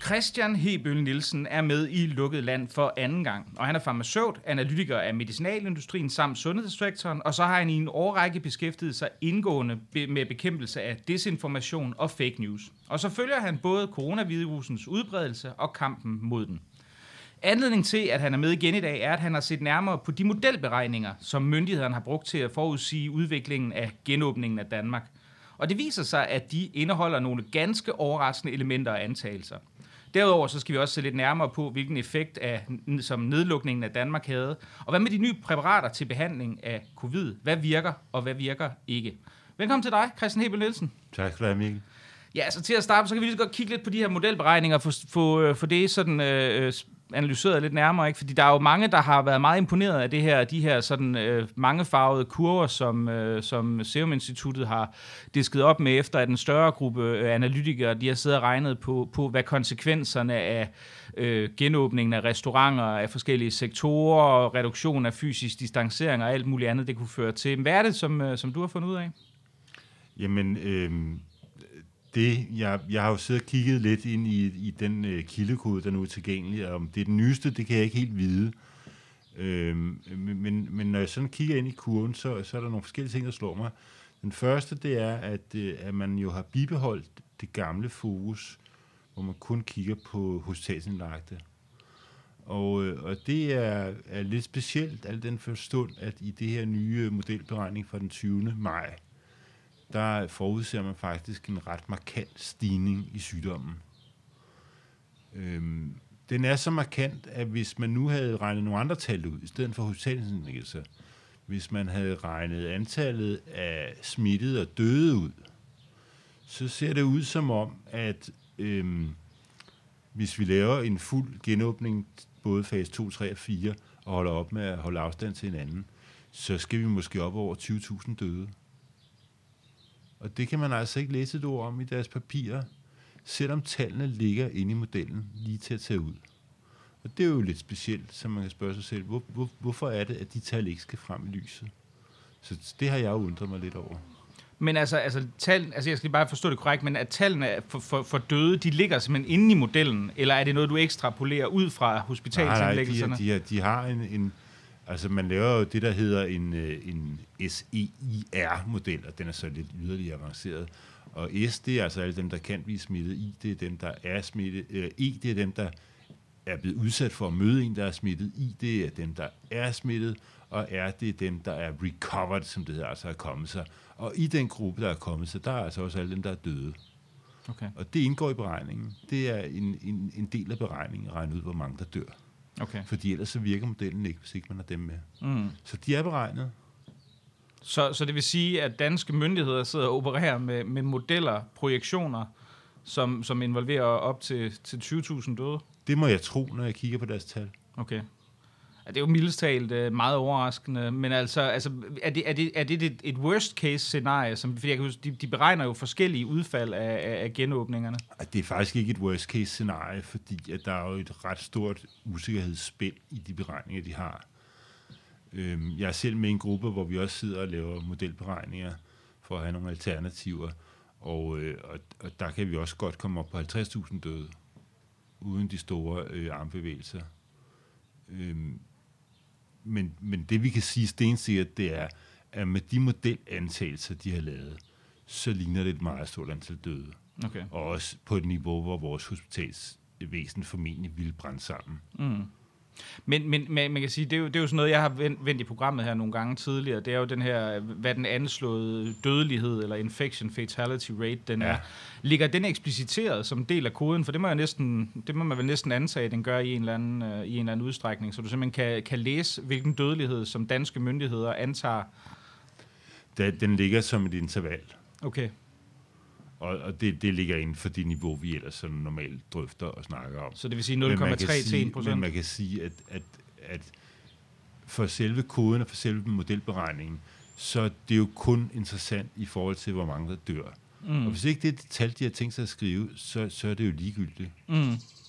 Christian Hebøl Nielsen er med i Lukket Land for anden gang, og han er farmaceut, analytiker af medicinalindustrien samt sundhedssektoren, og så har han i en årrække beskæftiget sig indgående med bekæmpelse af desinformation og fake news. Og så følger han både coronavirusens udbredelse og kampen mod den. Anledningen til, at han er med igen i dag, er, at han har set nærmere på de modelberegninger, som myndighederne har brugt til at forudsige udviklingen af genåbningen af Danmark. Og det viser sig, at de indeholder nogle ganske overraskende elementer og antagelser. Derudover så skal vi også se lidt nærmere på, hvilken effekt som nedlukningen af Danmark havde. Og hvad med de nye præparater til behandling af covid? Hvad virker, og hvad virker ikke? Velkommen til dig, Christian Hebøl Nielsen. Tak skal du have, Mikkel. Ja, altså til at starte, så kan vi lige så godt kigge lidt på de her modelberegninger, for det sådan analyseret lidt nærmere, ikke? Fordi der er jo mange, der har været meget imponeret af de her sådan mangefarvede kurver, som Serum Instituttet har disket op med, efter at en større gruppe analytikere, de har siddet og regnet på hvad konsekvenserne af genåbningen af restauranter, af forskellige sektorer, og reduktion af fysisk distancering og alt muligt andet, det kunne føre til. Hvad er det, som du har fundet ud af? Jamen, jeg har jo siddet og kigget lidt ind i den kildekode, der nu er tilgængelig, og om det er den nyeste, det kan jeg ikke helt vide. Men når jeg sådan kigger ind i kurven, så er der nogle forskellige ting, der slår mig. Den første, det er, at man jo har bibeholdt det gamle fokus, hvor man kun kigger på hospitalsindlagte. Og det er lidt specielt, al den forstund, at i det her nye modelberegning fra den 20. maj, der forudser man faktisk en ret markant stigning i sygdommen. Den er så markant, at hvis man nu havde regnet nogle andre tal ud, i stedet for hospitalsindlæggelser, hvis man havde regnet antallet af smittede og døde ud, så ser det ud som om, at hvis vi laver en fuld genåbning, både fase 2, 3 og 4, og holder op med at holde afstand til hinanden, så skal vi måske op over 20.000 døde. Og det kan man altså ikke læse et ord om i deres papirer, selvom tallene ligger inde i modellen lige til at tage ud. Og det er jo lidt specielt, så man kan spørge sig selv, hvorfor er det, at de tal ikke skal frem i lyset? Så det har jeg jo undret mig lidt over. Men altså jeg skal bare forstå det korrekt, men at tallene for døde, de ligger simpelthen inde i modellen, eller er det noget, du ekstrapolerer ud fra hospitalsindlæggelserne? Nej, de har en altså man laver jo det, der hedder en SEIR-model, og den er så lidt yderligere avanceret. Og S, det er altså alle dem, der kan blive smittet. I, det er dem, der er smittet. E, det er dem, der er blevet udsat for at møde en, der er smittet. I, det er dem, der er smittet. Og R, det er dem, der er recovered, som det hedder, altså er kommet sig. Og i den gruppe, der er kommet sig, der er altså også alle dem, der er døde. Okay. Og det indgår i beregningen. Det er en del af beregningen at regne ud, hvor mange der dør. Okay. Fordi ellers så virker modellen ikke, hvis ikke man har dem med. Så de er beregnet. Så det vil sige, at danske myndigheder sidder og opererer med modeller, projektioner, som involverer op til 20.000 døde? Det må jeg tro, når jeg kigger på deres tal. Okay. Det er jo mildest talt meget overraskende, men altså er det et worst case scenarie, fordi jeg kan huske, de beregner jo forskellige udfald af genåbningerne? Det er faktisk ikke et worst case scenarie, fordi at der er jo et ret stort usikkerhedsspænd i de beregninger, de har. Jeg er selv med i en gruppe, hvor vi også sidder og laver modelberegninger for at have nogle alternativer, og der kan vi også godt komme op på 50.000 døde, uden de store armbevægelser. Men det vi kan sige stensikkert, det er, at med de modelantagelser, de har lavet, så ligner det et meget stort antal døde. Okay. Og også på et niveau, hvor vores hospitalsvæsen formentlig ville brænde sammen. Men man kan sige, det er jo sådan noget, jeg har vendt i programmet her nogle gange tidligere. Det er jo den her, hvad den anslåede dødelighed, eller infection fatality rate, den er. Ligger den ekspliciteret som del af koden? For det må man vel næsten antage, at den gør i en eller anden udstrækning, så du simpelthen kan læse, hvilken dødelighed, som danske myndigheder antager. Den ligger som et interval. Okay. Og det ligger inden for det niveau, vi ellers sådan normalt drøfter og snakker om. Så det vil sige 0,3 til 1%? Men man kan sige, at for selve koden og for selve modelberegningen, så det er det jo kun interessant i forhold til, hvor mange der dør. Og hvis ikke det er det tal, de har tænkt sig at skrive, så er det jo ligegyldigt.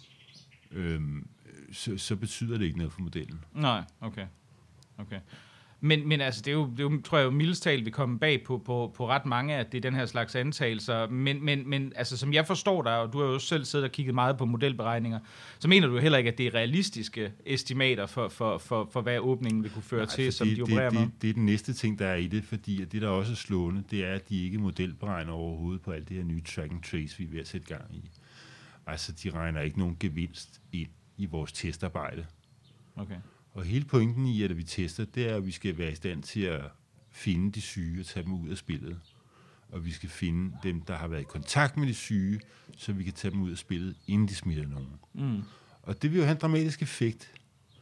Så betyder det ikke noget for modellen. Nej, okay. Men altså, det er jo, tror jeg jo mildest talt, vi kommer bag på ret mange, at det er den her slags antagelser. Men altså, som jeg forstår dig, og du har jo selv siddet og kigget meget på modelberegninger, så mener du heller ikke, at det er realistiske estimater for hvad åbningen vil kunne føre til, som de opererer med? Det er den næste ting, der er i det, fordi det, der også er slående, det er, at de ikke modelberegner overhovedet på alt det her nye track and trace, vi er ved at sætte gang i. Altså, de regner ikke nogen gevinst ind i vores testarbejde. Okay. Og hele pointen i, at vi tester, det er, at vi skal være i stand til at finde de syge og tage dem ud af spillet. Og vi skal finde dem, der har været i kontakt med de syge, så vi kan tage dem ud af spillet, inden de smitter nogen. Og det vil jo have en dramatisk effekt.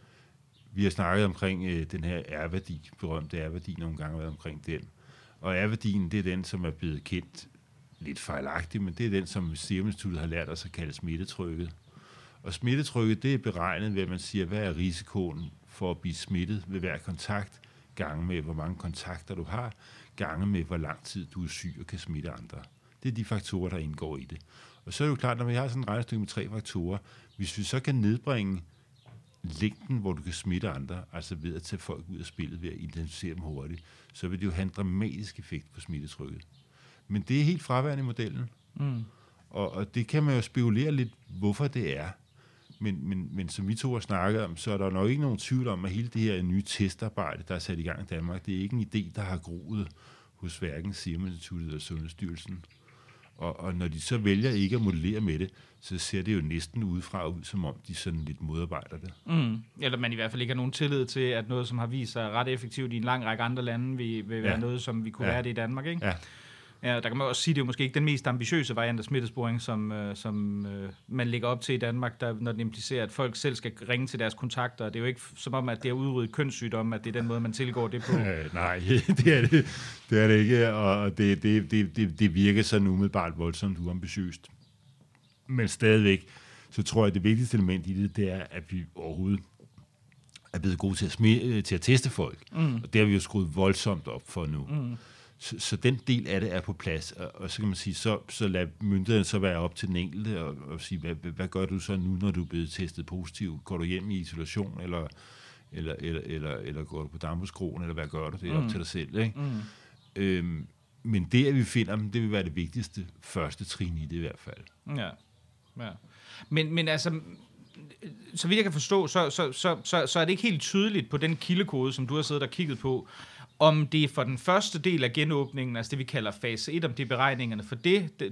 Vi har snakket omkring den her R-værdi, berømte R-værdi, nogle gange har været omkring den. Og R-værdien, det er den, som er blevet kendt lidt fejlagtigt, men det er den, som Serum Instituttet har lært os at kalde smittetrykket. Og smittetrykket, det er beregnet ved, at man siger, hvad er risikoen for at blive smittet ved hver kontakt, gange med, hvor mange kontakter du har, gange med, hvor lang tid du er syg og kan smitte andre. Det er de faktorer, der indgår i det. Og så er det jo klart, når vi har sådan en regnestykke med 3 faktorer, hvis vi så kan nedbringe længden, hvor du kan smitte andre, altså ved at tage folk ud af spillet, ved at identificere dem hurtigt, så vil det jo have en dramatisk effekt på smittetrykket. Men det er helt fraværende i modellen. Og det kan man jo spekulere lidt, hvorfor det er. Men som vi to har snakket om, så er der nok ikke nogen tvivl om, at hele det her nye testarbejde, der er sat i gang i Danmark, det er ikke en idé, der har groet hos hverken Serum Instituttet eller Sundhedsstyrelsen. Og når de så vælger ikke at modellere med det, så ser det jo næsten udefra ud, som om de sådan lidt modarbejder det. Eller man i hvert fald ikke har nogen tillid til, at noget, som har vist sig ret effektivt i en lang række andre lande, vil være noget, som vi kunne lære det i Danmark, ikke? Ja. Ja, der kan man også sige, at det er jo måske ikke den mest ambitiøse variant af smittesporing, som man lægger op til i Danmark, når den implicerer, at folk selv skal ringe til deres kontakter. Det er jo ikke som om, at det er udryddet kønssygdomme, at det er den måde, man tilgår det på. Nej, det er det. Det er det ikke, og det virker sådan umiddelbart voldsomt uambitiøst. Men stadigvæk, så tror jeg, at det vigtigste element i det er, at vi overhovedet er blevet gode til at teste folk. Og det har vi jo skruet voldsomt op for nu. Så den del af det er på plads, og så kan man sige, så lad myndighederne så være op til den enkelte, og sige, hvad gør du så nu, når du er blevet testet positiv? Går du hjem i isolation, eller går du på damhuskroen, eller hvad gør du? Det er op til dig selv, ikke? Men det, at vi finder dem, det vil være det vigtigste første trin i det i hvert fald. Ja. Men altså, så vidt jeg kan forstå, så er det ikke helt tydeligt på den kildekode, som du har siddet og kigget på, om det er for den første del af genåbningen, altså det vi kalder fase 1, om det er beregningerne for det,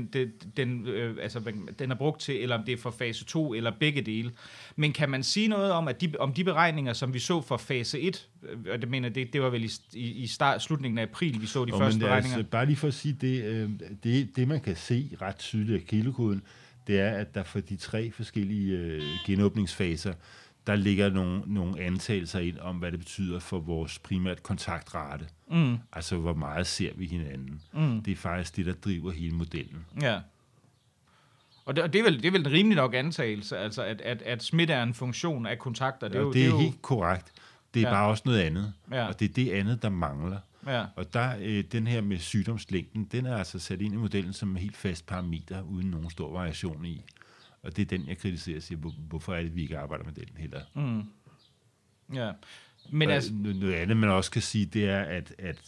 den er brugt til, eller om det er for fase 2, eller begge dele. Men kan man sige noget om, at om de beregninger, som vi så for fase 1, og det mener det var vel i slutningen af april, vi så de første beregninger? Altså, bare lige for at sige, det man kan se ret tydeligt af kildekoden, det er, at der for de 3 forskellige genåbningsfaser, der ligger nogle antagelser ind om, hvad det betyder for vores primært kontaktrate. Altså, hvor meget ser vi hinanden. Det er faktisk det, der driver hele modellen. Ja. Og det er vel en rimelig nok antagelse, altså at smitte er en funktion af kontakter. Det er helt korrekt. Det er bare også noget andet. Ja. Og det er det andet, der mangler. Ja. Og der, den her med sygdomslængden, den er altså sat ind i modellen som en helt fast parameter, uden nogen stor variation i. Og det er den, jeg kritiserer og siger, hvorfor er det, vi ikke arbejder med den heller. Ja. Men altså, noget andet, man også kan sige, det er, at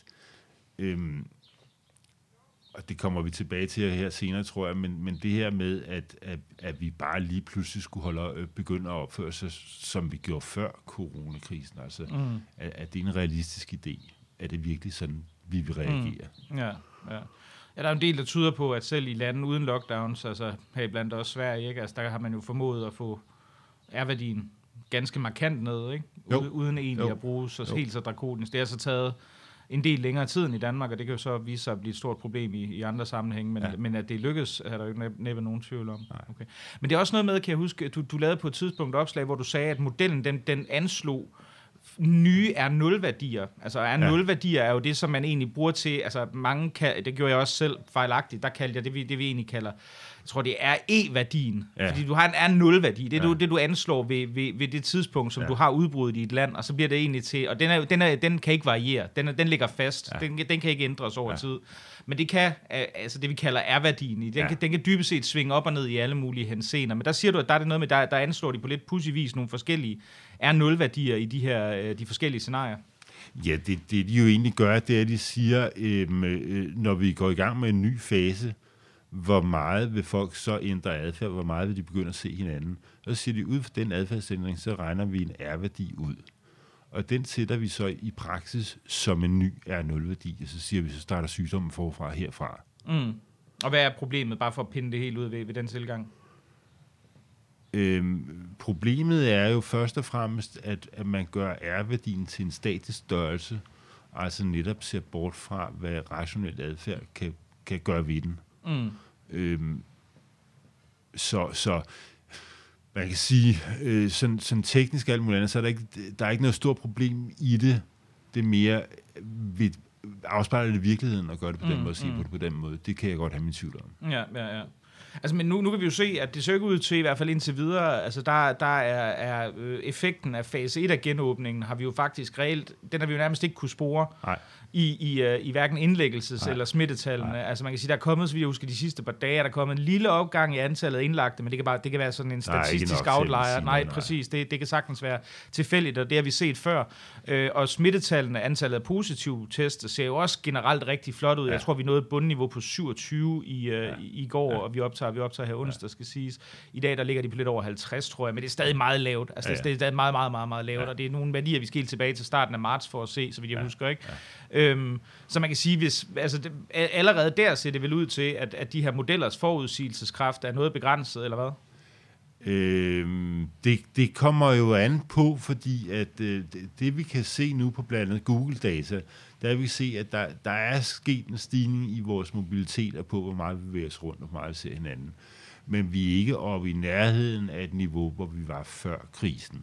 og det kommer vi tilbage til her senere, tror jeg, men det her med, at vi bare lige pludselig skulle begynde at opføre sig, som vi gjorde før coronakrisen, altså, at det er en realistisk idé. Er det virkelig sådan, vi vil reagere? Ja. Ja, der er en del, der tyder på, at selv i lande uden lockdowns, altså heriblandt også Sverige, ikke? Altså, der har man jo formået at få R-værdien ganske markant ned, ikke? Uden egentlig at bruge helt så drakonisk. Det har så taget en del længere tid end i Danmark, og det kan jo så vise sig at blive et stort problem i andre sammenhænge, men at det lykkes, er der jo næppe nogen tvivl om. Okay. Men det er også noget med, kan jeg huske, du lavede på et tidspunkt opslag, hvor du sagde, at modellen den anslog nye R0-værdier. Altså R0-værdier er jo det, som man egentlig bruger til, altså mange det gjorde jeg også selv fejlagtigt, der kaldte jeg det vi egentlig kalder, jeg tror det er E-værdien, fordi du har en R0-værdi, det er det du anslår ved det tidspunkt, som du har udbruddet i et land, og så bliver det egentlig til, og den kan ikke variere, den ligger fast, den kan ikke ændres over tid. Men det kan, altså det vi kalder R-værdien, den kan dybest set svinge op og ned i alle mulige henseender, men der siger du, at der er det noget med, der anslår de på lidt pudsig vis nogle forskellige R0-værdier i de forskellige scenarier. Ja, det de jo egentlig gør, det er, at de siger, når vi går i gang med en ny fase, hvor meget vil folk så ændre adfærd, hvor meget vil de begynde at se hinanden. Og så siger de, ud fra den adfærdsændring, så regner vi en R-værdi ud. Og den sætter vi så i praksis som en ny R0-værdi, og så siger vi, så starter sygdommen forfra herfra. Mm. Og hvad er problemet, bare for at pinde det helt ud ved den tilgang? Problemet er jo først og fremmest, at man gør R-værdien til en statisk størrelse, altså netop ser bort fra, hvad rationel adfærd kan gøre ved den. Så man kan sige, sådan teknisk alt muligt andet, så er der er ikke noget stort problem i det. Det er mere ved afspejler det virkeligheden og gøre det på den måde, og sige på det på den måde. Det kan jeg godt have min tvivl om. Ja. Altså, men nu kan vi jo se, at det ser ikke ud til, i hvert fald indtil videre, altså der er effekten af fase 1 af genåbningen, har vi jo faktisk reelt, den har vi jo nærmest ikke kunne spore. Nej. I hverken indlæggelses- eller smittetallene. Nej. Altså man kan sige, der er kommet, så vi husker, de sidste par dage, der er kommet en lille opgang i antallet af indlagte, men det kan være sådan en statistisk outlier. Nej, præcis. Det kan sagtens være tilfældigt, og det har vi set før. Og smittetallene, antallet af positive test, ser jo også generelt rigtig flot ud. Ja. Jeg tror, vi nåede et bundniveau på 27 i går, og vi optager her onsdag, skal siges. I dag, der ligger de på lidt over 50, tror jeg, men det er stadig meget lavt. Altså det er stadig meget, meget, meget, meget lavt, og det er nogle værdier, vi skal helt tilbage til starten af marts for at se, så vidt jeg husker, ikke? Ja. Så man kan sige, allerede der ser det vel ud til, at de her modellers forudsigelseskraft er noget begrænset, eller hvad? Det kommer jo an på, fordi at det vi kan se nu på blandt andet Google-data, der vil vi se, at der er sket en stigning i vores mobilitet og på, hvor meget vi bevæger os rundt og hvor meget vi ser hinanden. Men vi er ikke oppe i nærheden af et niveau, hvor vi var før krisen.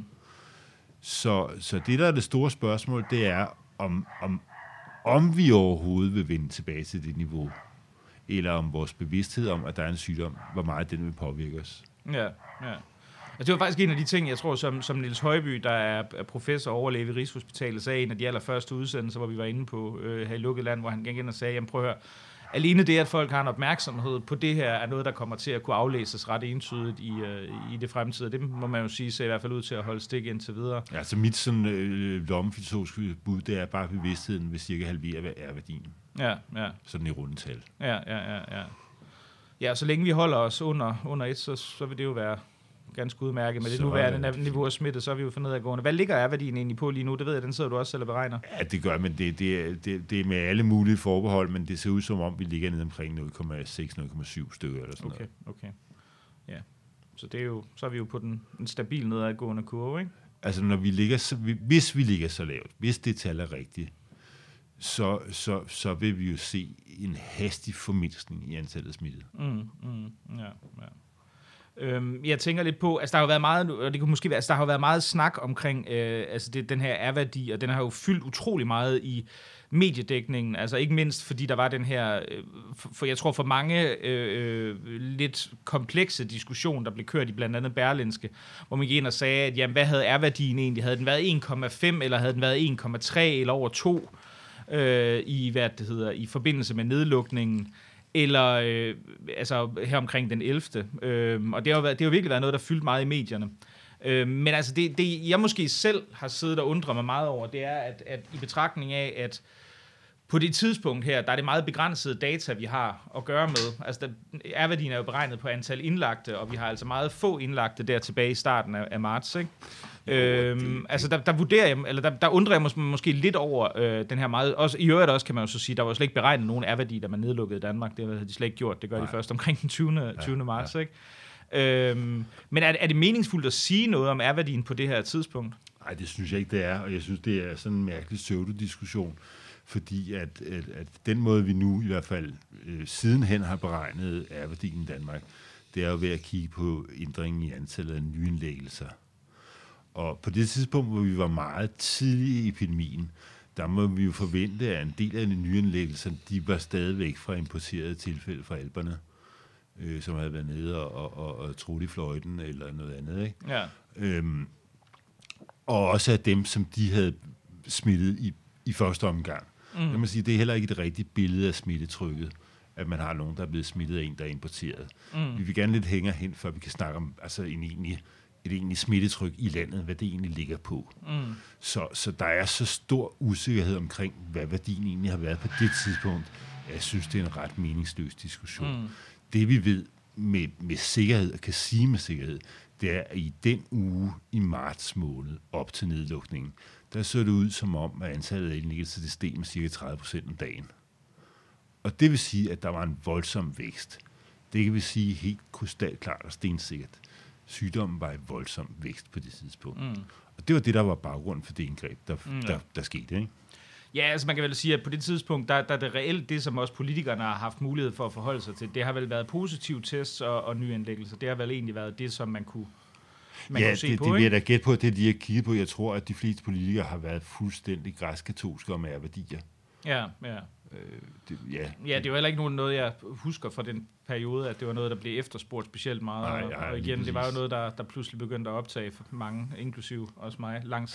Så det, der er det store spørgsmål, det er, om vi overhovedet vil vende tilbage til det niveau, eller om vores bevidsthed om, at der er en sygdom, hvor meget den vil påvirke os. Ja. Altså, det var faktisk en af de ting, jeg tror, som Niels Højby, der er professor og overlæge ved Rigshospitalet, sagde en af de allerførste udsendelser, hvor vi var inde på her i lukket land, hvor han gik ind og sagde, jamen prøv at høre, alene det, at folk har en opmærksomhed på det her, er noget, der kommer til at kunne aflæses ret entydigt i det fremtidige. Det må man jo sige, ser i hvert fald ud til at holde stik indtil videre. Ja, så mit sådan lommefilosofiske bud, det er bare bevidstheden ved cirka halvere R-værdien. Ja. Sådan i rundetal. Ja. Ja, så længe vi holder os under 1, så vil det jo være ganske udmærket. Med det nuværende niveau af smitte, så er vi jo for nedadgående. Hvad ligger R-værdien egentlig på lige nu? Det ved jeg, den sidder du også selv og beregner. Ja, det gør, men det er med alle mulige forbehold, men det ser ud som om, vi ligger nede omkring 0,6-0,7 stykker eller sådan noget. Okay. Ja. Så det er jo, så er vi jo på den stabil nedadgående kurve, ikke? Altså, hvis vi ligger så lavt, hvis det tal er rigtigt, så vil vi jo se en hastig formindskning i antallet smittede. Ja. Jeg tænker lidt på, altså der har jo været meget, og det kunne måske være, altså der har jo været meget snak omkring, den her R-værdi, og den har jo fyldt utrolig meget i mediedækningen, altså ikke mindst fordi der var den her, for jeg tror for mange lidt komplekse diskussion, der blev kørt i blandt andet Berlingske, hvor man gik ind og sagde, at jamen, hvad havde R-værdien egentlig? Havde den været 1,5, eller havde den været 1,3 eller over 2 i forbindelse med nedlukningen? Eller her omkring den 11. Og det har jo virkelig været noget, der fyldt meget i medierne. Men altså det jeg måske selv har siddet og undret mig meget over, det er, at i betragtning af, at på det tidspunkt her, der er det meget begrænsede data, vi har at gøre med. Altså R-værdien er jo beregnet på antal indlagte, og vi har altså meget få indlagte der tilbage i starten af marts, ikke? Der vurderer jeg, eller der undrer jeg måske lidt over den her meget, også i øvrigt også kan man jo så sige, der var slet ikke beregnet nogen R-værdi, da man nedlukkede i Danmark, det havde de slet ikke gjort, det gør de først omkring den 20. marts, ikke? Men er det meningsfuldt at sige noget om R-værdien på det her tidspunkt? Nej, det synes jeg ikke, det er, og jeg synes, det er sådan en mærkelig pseudodiskussion, fordi at den måde, vi nu i hvert fald sidenhen har beregnet R-værdien i Danmark, det er jo ved at kigge på ændringen i antallet af nyindlæggelser. Og på det tidspunkt, hvor vi var meget tidlige i epidemien, der må vi jo forvente, at en del af de nyindlæggelser, de var stadigvæk fra importerede tilfælde fra Alperne, som havde været nede og truet i fløjten eller noget andet, ikke? Ja. Og også af dem, som de havde smittet i første omgang. Det må sige, det er heller ikke et rigtigt billede af smittetrykket, at man har nogen, der er blevet smittet af en, der er importeret. Vi vil gerne lidt hængere hen, før vi kan snakke om en egentlig egentligt smittetryk i landet, hvad det egentlig ligger på. Så der er så stor usikkerhed omkring, hvad værdien egentlig har været på det tidspunkt. Jeg synes, det er en ret meningsløs diskussion. Det vi ved med sikkerhed, og kan sige med sikkerhed, det er, at i den uge i marts måned op til nedlukningen, der så det ud som om, at antallet af indlæggelser det steg med cirka 30% om dagen. Og det vil sige, at der var en voldsom vækst. Det kan vi sige helt krystalklart og stensikkert. Sygdommen var i voldsom vækst på det tidspunkt. Og det var det, der var baggrunden for det indgreb, der skete, ikke? Ja, altså man kan vel sige, at på det tidspunkt, der er det reelt det, som også politikerne har haft mulighed for at forholde sig til. Det har vel været positive tests og nyindlæggelser. Det har vel egentlig været det, som man kunne se på, det vil jeg da gætte på, det de har kigget på. Jeg tror, at de fleste politikere har været fuldstændig græskatolske om værdier. Ja. Det er jo heller ikke noget, jeg husker fra den periode, at det var noget, der blev efterspurgt specielt meget. Og igen, det var jo noget, der pludselig begyndte at optage for mange, inklusive også mig, langt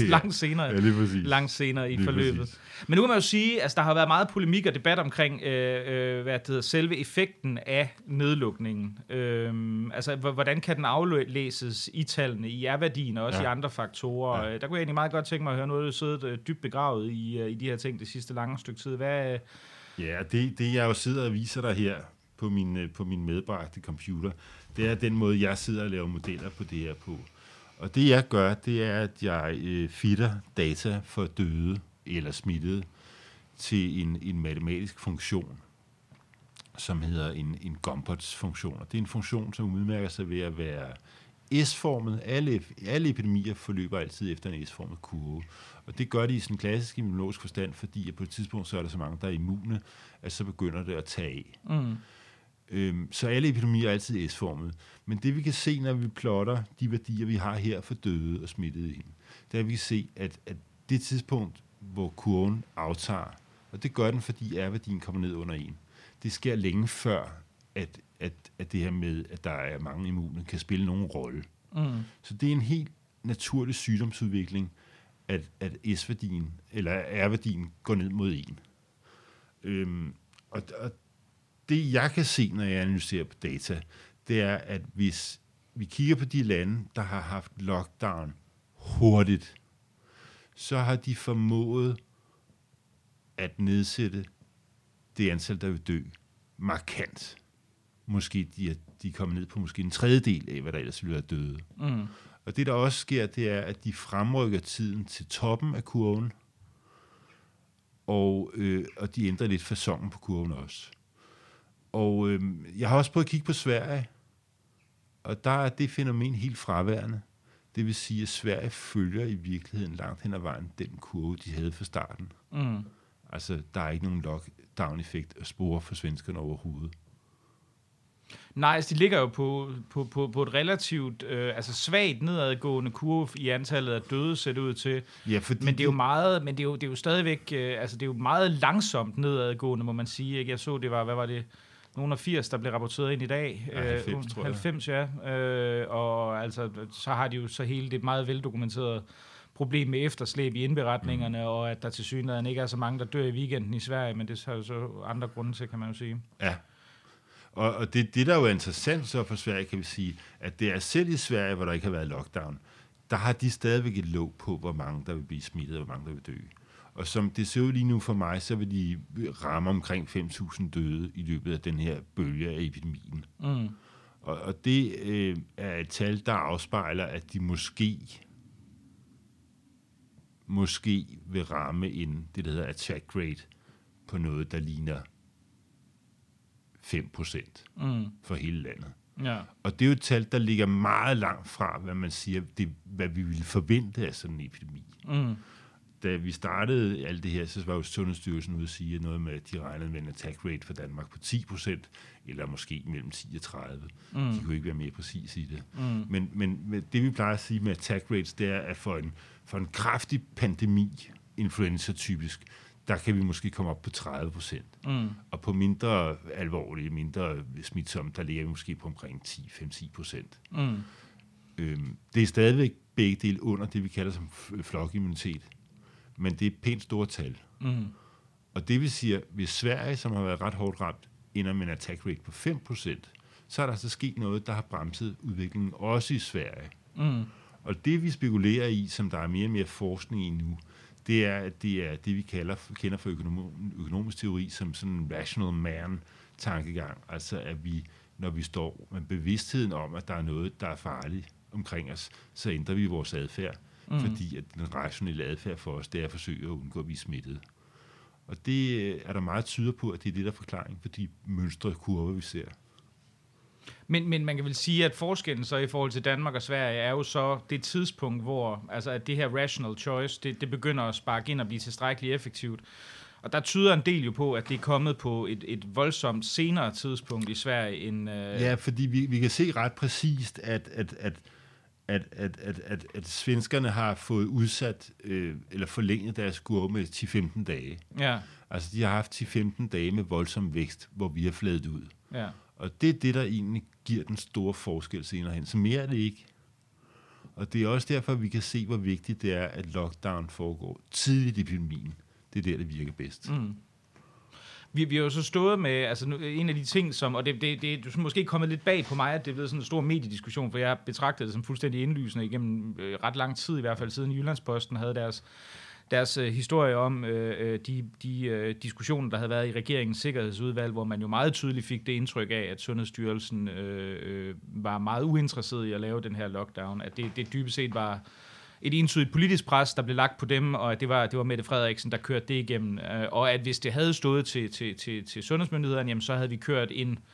senere i forløbet. Præcis. Men nu kan man jo sige, at der har været meget polemik og debat omkring selve effekten af nedlukningen. Altså, hvordan kan den aflæses i tallene, i R-værdien og også i andre faktorer? Ja. Der kunne jeg egentlig meget godt tænke mig at høre noget, der sidder dybt begravet i de her ting det sidste lange stykke tid. Ja, det jeg jo sidder og viser dig her på min medbragte computer, det er den måde, jeg sidder og laver modeller på det her på. Og det jeg gør, det er, at jeg fitter data for døde eller smittede til en matematisk funktion, som hedder en Gompertz-funktion. Og det er en funktion, som udmærker sig ved at være S-formet. Alle epidemier forløber altid efter en S-formet kurve. Og det gør de i sådan en klassisk immunologisk forstand, fordi at på et tidspunkt, så er der så mange, der er immune, at så begynder det at tage af. Så alle epidemier er altid S-formet. Men det vi kan se, når vi plotter de værdier, vi har her for døde og smittede ind, det er, at vi kan se, at det tidspunkt, hvor kurven aftager, og det gør den, fordi R-værdien kommer ned under 1, det sker længe før, at det her med, at der er mange immune, kan spille nogen rolle. Så det er en helt naturlig sygdomsudvikling, at S-værdien, eller R-værdien, går ned mod 1. Og det, jeg kan se, når jeg analyserer på data, det er, at hvis vi kigger på de lande, der har haft lockdown hurtigt, så har de formået at nedsætte det antal, der vil dø, markant. Måske de er kommet ned på måske en tredjedel af, hvad der ellers ville være døde. Og det, der også sker, det er, at de fremrykker tiden til toppen af kurven, og de ændrer lidt facon på kurven også. Og jeg har også prøvet at kigge på Sverige, og der er det fænomen helt fraværende. Det vil sige, at Sverige følger i virkeligheden langt hen ad vejen den kurve, de havde fra starten. Altså, der er ikke nogen lockdown-effekt at spore for svenskerne overhovedet. Nej, altså de ligger jo på et relativt svagt nedadgående kurve i antallet af døde, ser det ud til. Ja, men det er jo meget, det er jo stadigvæk, det er jo meget langsomt nedadgående, må man sige. Ikke? Jeg så, det var, hvad var det, nogen af 80, der blev rapporteret ind i dag. 90, tror jeg. 90, ja. Og altså, så har de jo så hele det meget veldokumenterede problem med efterslæb i indberetningerne, og at der til synligheden ikke er så mange, der dør i weekenden i Sverige, men det har jo så andre grunde til, kan man jo sige. Ja. Og det, der jo er interessant så for Sverige, kan vi sige, at det er selv i Sverige, hvor der ikke har været lockdown, der har de stadigvæk et låg på, hvor mange der vil blive smittet, og hvor mange der vil dø. Og som det ser ud lige nu for mig, så vil de ramme omkring 5.000 døde i løbet af den her bølge af epidemien. Og det er et tal, der afspejler, at de måske vil ramme det der hedder attack rate, på noget, der ligner 5% for hele landet. Ja. Og det er jo et tal, der ligger meget langt fra, hvad man siger, hvad vi ville forvente af sådan en epidemi. Da vi startede alt det her, så var jo Sundhedsstyrelsen ude at sige noget med, at de regnede med en attack rate for Danmark på 10%, eller måske mellem 10 og 30. De kunne ikke være mere præcis i det. Men det, vi plejer at sige med attack rates, det er, at for en kraftig pandemi, influenza typisk, der kan vi måske komme op på 30%. Og på mindre alvorlige, mindre smitsomme, der ligger vi måske på omkring 5-10%. Det er stadigvæk begge dele under det, vi kalder som flokimmunitet. Men det er pænt store tal. Og det vil sige, hvis Sverige, som har været ret hårdt ramt, ender med en attack rate på 5%, så er der altså sket noget, der har bremset udviklingen også i Sverige. Mm. Og det, vi spekulerer i, som der er mere og mere forskning i nu, det er det, vi kender for økonomisk teori som sådan en rational man-tankegang. Altså, at vi, når vi står med bevidstheden om, at der er noget, der er farligt omkring os, så ændrer vi vores adfærd. Fordi at den rationelle adfærd for os, det er at forsøge at undgå, at vi er smittet. Og det er der meget tyder på, at det er det, der er forklaring på de mønstre kurver, vi ser. Men man kan vel sige, at forskellen så i forhold til Danmark og Sverige er jo så det tidspunkt, hvor altså, at det her rational choice, det begynder at sparke ind og blive tilstrækkeligt effektivt. Og der tyder en del jo på, at det er kommet på et voldsomt senere tidspunkt i Sverige end... Ja, fordi vi kan se ret præcist, at svenskerne har fået udsat eller forlænget deres kurve med 10-15 dage. Ja. Altså, de har haft 10-15 dage med voldsom vækst, hvor vi har fladet ud. Ja. Og det er det, der egentlig giver den store forskel senere hen. Så mere er det ikke. Og det er også derfor, vi kan se, hvor vigtigt det er, at lockdown foregår tidligt i epidemien. Det er der, det virker bedst. Mm. Vi har jo så stået med, altså en af de ting, som, og det er måske kommet lidt bag på mig, at det er blevet sådan en stor mediediskussion, for jeg har betragtet det som fuldstændig indlysende igennem ret lang tid, i hvert fald siden Jyllandsposten havde deres historie om de diskussioner, der havde været i regeringens sikkerhedsudvalg, hvor man jo meget tydeligt fik det indtryk af, at Sundhedsstyrelsen var meget uinteresseret i at lave den her lockdown, at det dybest set var et entydigt politisk pres, der blev lagt på dem, og at det var Mette Frederiksen, der kørte det igennem. Og at hvis det havde stået til sundhedsmyndighederne, jamen, så havde vi kørt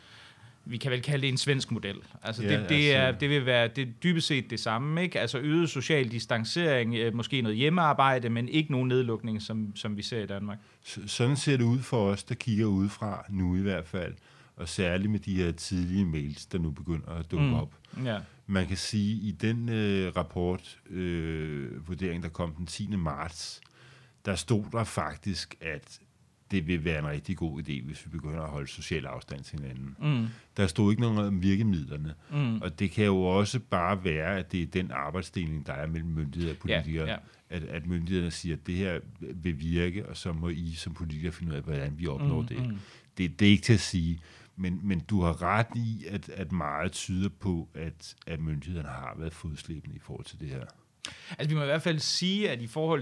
vi kan vel kalde det en svensk model. Altså det vil være det dybest set det samme, ikke? Altså øget social distancering, måske noget hjemmearbejde, men ikke nogen nedlukning, som vi ser i Danmark. Sådan ser det ud for os, der kigger udefra nu i hvert fald, og særligt med de her tidlige mails, der nu begynder at dukke op. Ja. Man kan sige, i den rapportvurdering, der kom den 10. marts, der stod der faktisk, at det vil være en rigtig god idé, hvis vi begynder at holde social afstand til hinanden. Der stod ikke noget om virkemidlerne. Og det kan jo også bare være, at det er den arbejdsdeling, der er mellem myndigheder og politikere. Ja. At myndighederne siger, at det her vil virke, og så må I som politikere finde ud af, hvordan vi opnår det. Det er ikke til at sige. Men du har ret i, at meget tyder på, at myndighederne har været fodslæbende i forhold til det her. Altså vi må i hvert fald sige, at i forhold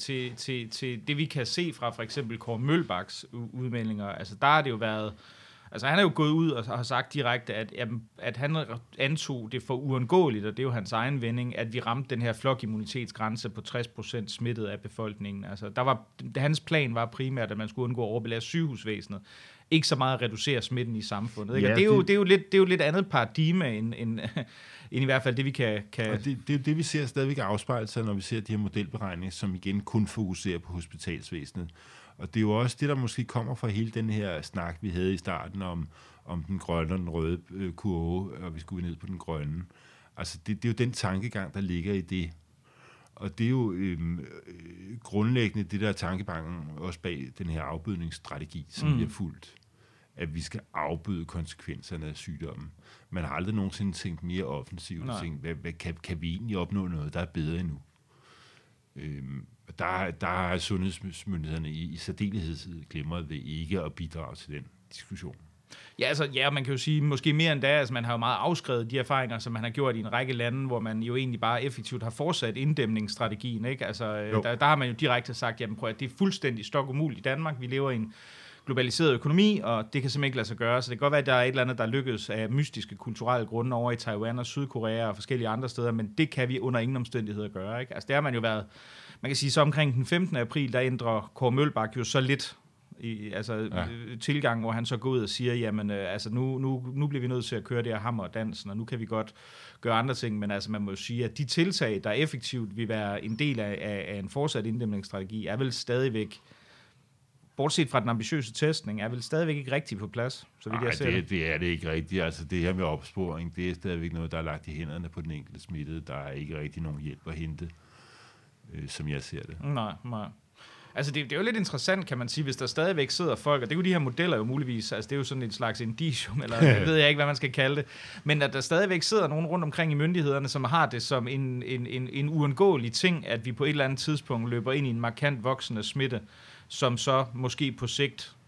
til det, vi kan se fra for eksempel Kåre Mølbaks udmeldinger, altså der har det jo været... Altså han er jo gået ud og har sagt direkte, at han antog det for uundgåeligt, og det er jo hans egen vending, at vi ramte den her flokimmunitetsgrænse på 60% smittet af befolkningen. Altså hans plan var primært, at man skulle undgå at overbelaste sygehusvæsenet. Ikke så meget at reducere smitten i samfundet. Ikke? Ja, det er jo lidt andet paradigme end i hvert fald det, vi kan... Og det er jo det, vi ser stadigvæk afspejle sig, når vi ser de her modelberegninger, som igen kun fokuserer på hospitalsvæsenet. Og det er jo også det, der måske kommer fra hele den her snak, vi havde i starten om den grønne og den røde kurve, og vi skulle ned på den grønne. Altså det er jo den tankegang, der ligger i det. Og det er jo grundlæggende det der tankebanken også bag den her afbødningsstrategi, som vi har fulgt. At vi skal afbøde konsekvenserne af sygdommen. Man har aldrig nogensinde tænkt mere offensivt. Kan vi egentlig opnå noget, der er bedre endnu? Der har sundhedsmyndighederne i særdeleshed glemret ved ikke at bidrage til den diskussion. Ja, man kan jo sige måske mere end da, altså man har jo meget afskrevet de erfaringer, som man har gjort i en række lande, hvor man jo egentlig bare effektivt har fortsat inddæmningsstrategien, ikke? Altså der har man jo direkte sagt, jamen prøv at det er fuldstændig stokumuligt i Danmark, vi lever i en globaliseret økonomi, og det kan simpelthen ikke lade sig gøre. Så det kan godt være, at der er et eller andet, der lykkes af mystiske kulturelle grunde over i Taiwan og Sydkorea og forskellige andre steder, men det kan vi under ingen omstændigheder gøre, ikke? Altså det har man jo været, man kan sige, så omkring den 15. april, der ændrer Kåre Mølbak jo så lidt tilgang, hvor han så går ud og siger, jamen altså nu bliver vi nødt til at køre det her hammer og dansen, og nu kan vi godt gøre andre ting, men altså man må jo sige, at de tiltag, der effektivt vil være en del af en fortsat inddæmningsstrategi, er vel stadigvæk, bortset fra den ambitiøse testning, er vel stadigvæk ikke rigtigt på plads, så vidt jeg ser det. Det er det ikke rigtigt. Altså det her med opsporing, det er stadigvæk noget, der er lagt i hænderne på den enkelte smittede. Der er ikke rigtig nogen hjælp at hente, som jeg ser det. Nej. Altså det er jo lidt interessant, kan man sige, hvis der stadigvæk sidder folk, og det er jo de her modeller jo muligvis, altså det er jo sådan en slags indicium, eller ved jeg ikke, hvad man skal kalde det, men at der stadigvæk sidder nogen rundt omkring i myndighederne, som har det som en uundgåelig ting, at vi på et eller andet tidspunkt løber ind i en markant voksende smitte, som så måske på sigt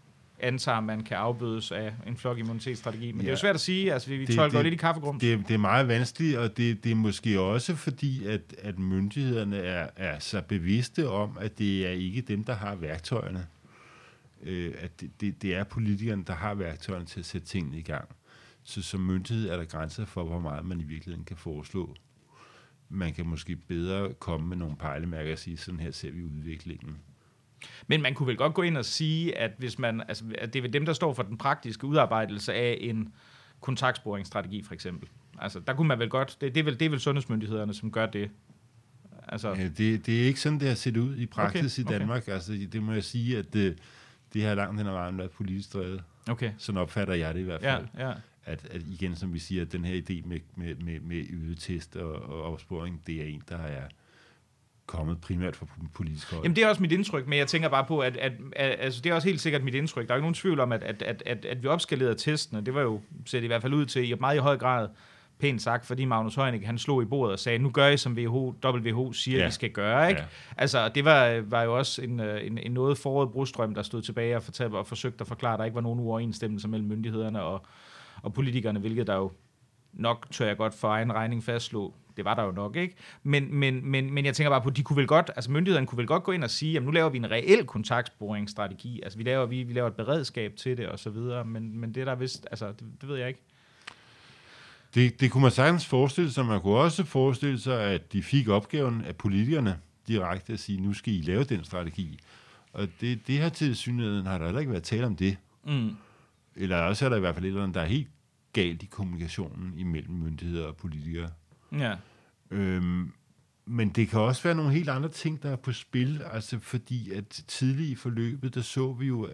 antager, man kan afbødes af en flokimmunitetsstrategi. Men det er jo svært at sige, altså vi tolker lidt i kaffegrum. Det er meget vanskeligt, og det er måske også fordi, at myndighederne er så bevidste om, at det er ikke dem, der har værktøjerne. At det er politikerne, der har værktøjerne til at sætte tingene i gang. Så som myndighed er der grænser for, hvor meget man i virkeligheden kan foreslå. Man kan måske bedre komme med nogle pejlemærker og sige, sådan her ser vi udviklingen. Men man kunne vel godt gå ind og sige, at hvis man, altså, at det er dem, der står for den praktiske udarbejdelse af en kontaktsporingsstrategi, for eksempel. Altså, der kunne man vel godt, det er vel sundhedsmyndighederne, som gør det. Altså. Ja, det er ikke sådan, det har set ud i praksis i Danmark. Altså, det må jeg sige, at det har langt hen ad vejen været politisk drevet. Okay. Sådan opfatter jeg det i hvert fald. Ja. At igen, som vi siger, at den her idé med øget test og opsporing, det er en, der er kommet primært fra politisk hold. Jamen, det er også mit indtryk, men jeg tænker bare på, at altså, det er også helt sikkert mit indtryk. Der er ikke nogen tvivl om, at vi opskalerede testene. Det var jo set i hvert fald ud til meget i høj grad pænt sagt, fordi Magnus Heunicke, han slog i bordet og sagde, nu gør I, som WHO siger, vi skal gøre, ikke? Ja. Altså, det var jo også en noget forrådet brudstrøm, der stod tilbage og forsøgte at forklare, at der ikke var nogen uoverensstemmelser mellem myndighederne og politikerne, hvilket der jo nok, tør jeg godt for egen regning fastslå. Det var der jo nok, ikke? Men jeg tænker bare på, de kunne vel godt, altså myndighederne kunne vel godt gå ind og sige, jamen nu laver vi en reel kontaktsporingsstrategi, altså vi laver et beredskab til det og så videre, men det der vist, altså det ved jeg ikke. Det kunne man sagtens forestille sig. Man kunne også forestille sig, at de fik opgaven af politikerne direkte at sige, nu skal I lave den strategi. Og det her tilsyneladende har der heller ikke været tale om det. Eller også er der i hvert fald et eller andet, der er helt galt i kommunikationen imellem myndigheder og politikere. Ja. Men det kan også være nogle helt andre ting, der er på spil. Altså fordi, at tidligt i forløbet, der så vi jo,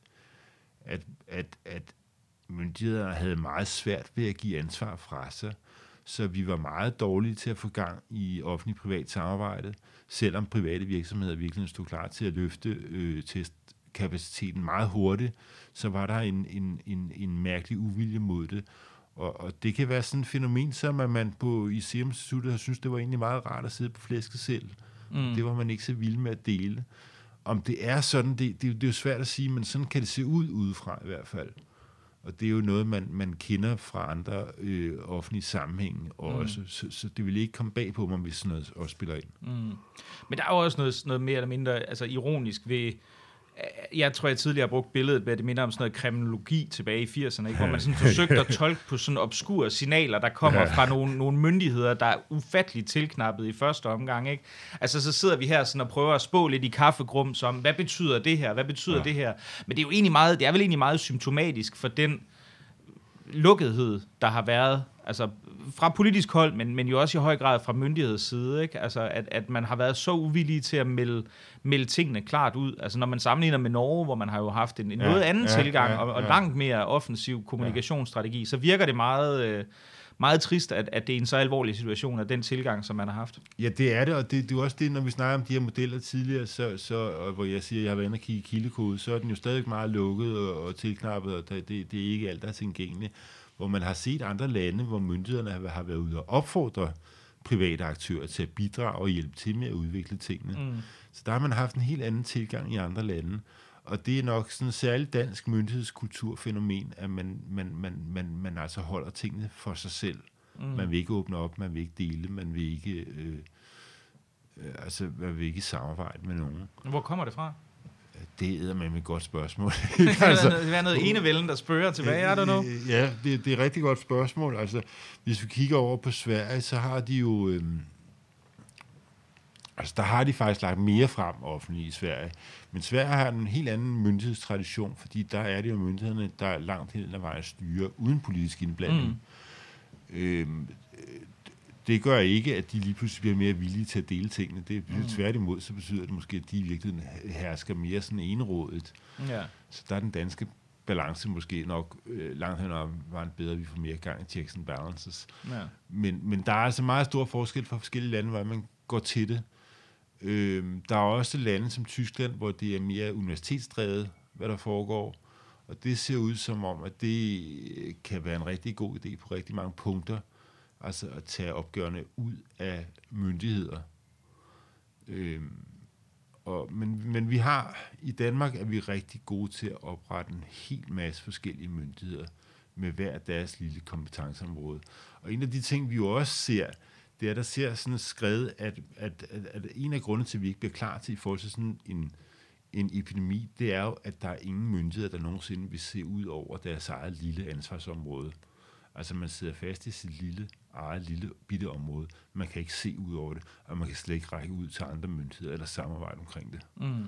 at myndighederne havde meget svært ved at give ansvar fra sig, så vi var meget dårlige til at få gang i offentlig-privat samarbejde, selvom private virksomheder virkelig stod klar til at løfte testkapaciteten meget hurtigt, så var der en mærkelig uvilje mod det. Og det kan være sådan et fænomen, som at man i Serum Instituttet har synes, det var egentlig meget rart at sidde på flæsket selv. Det var man ikke så vild med at dele. Om det er sådan, det er jo svært at sige, men sådan kan det se ud udefra i hvert fald. Og det er jo noget, man kender fra andre offentlige sammenhænge også. Så det vil ikke komme bag på mig, hvis sådan noget også spiller ind. Men der er jo også noget mere eller mindre altså ironisk ved... Jeg tror, jeg tidligere har brugt billedet med det minder om sådan noget kriminologi tilbage i 80'erne, ikke? Hvor man sådan forsøgte at tolke på sådan obskure signaler, der kommer fra nogle myndigheder, der er ufatteligt tilknappet i første omgang, ikke? Altså, så sidder vi her sådan og prøver at spå lidt i kaffegrum som, hvad betyder det her? Hvad betyder det her? Men det er jo egentlig det er vel egentlig meget symptomatisk for den lukkethed, der har været, altså fra politisk hold, men jo også i høj grad fra myndigheds side, ikke? Altså, at man har været så uvillig til at melde tingene klart ud. Altså, når man sammenligner med Norge, hvor man har jo haft en noget anden tilgang og langt mere offensiv kommunikationsstrategi, så virker det meget, meget trist, at det er en så alvorlig situation, af den tilgang, som man har haft. Ja, det er det, og det er jo også det, når vi snakker om de her modeller tidligere, så hvor jeg siger, at jeg har været inde og kigge kildekode, så er den jo stadig meget lukket og tilknappet, og det er ikke alt, der er tilgængeligt. Hvor man har set andre lande, hvor myndighederne har været ude og opfordre private aktører til at bidrage og hjælpe til med at udvikle tingene. Så der har man haft en helt anden tilgang i andre lande. Og det er nok sådan et særligt dansk myndighedskulturfænomen, at man altså holder tingene for sig selv. Man vil ikke åbne op, man vil ikke dele, man vil ikke samarbejde med nogen. Hvor kommer det fra? Det er med et godt spørgsmål. Det er noget enevælden, der spørger tilbage, er der nu? Ja, det er et rigtig godt spørgsmål. Altså, hvis vi kigger over på Sverige, så har de jo... der har de faktisk lagt mere frem offentligt i Sverige. Men Sverige har en helt anden myndighedstradition, fordi der er det jo myndighederne, der langt hen ad vejen styrer uden politisk indblanding. Det gør ikke, at de lige pludselig bliver mere villige til at dele tingene. Det er tværtimod, så betyder det måske, at de i virkeligheden hersker mere sådan enerådigt. Ja. Så der er den danske balance måske nok langt hen ad vejen bedre, vi får mere gang i checks and balances. Ja. Men der er altså meget stor forskel fra forskellige lande, hvor man går til det. Der er også lande som Tyskland, hvor det er mere universitetsdrevet, hvad der foregår. Og det ser ud som om, at det kan være en rigtig god idé på rigtig mange punkter. Altså at tage opgørende ud af myndigheder. Men vi har, i Danmark er vi rigtig gode til at oprette en hel masse forskellige myndigheder med hver deres lille kompetenceområde. Og en af de ting, vi jo også ser, det er, der ser sådan skrevet, at en af grundene til, at vi ikke bliver klar til i forhold til sådan en epidemi, det er jo, at der er ingen myndigheder, der nogensinde vil se ud over deres eget lille ansvarsområde. Altså man sidder fast i sit eget lille bitte område. Man kan ikke se ud over det, og man kan slet ikke række ud til andre myndigheder eller samarbejde omkring det. Mm.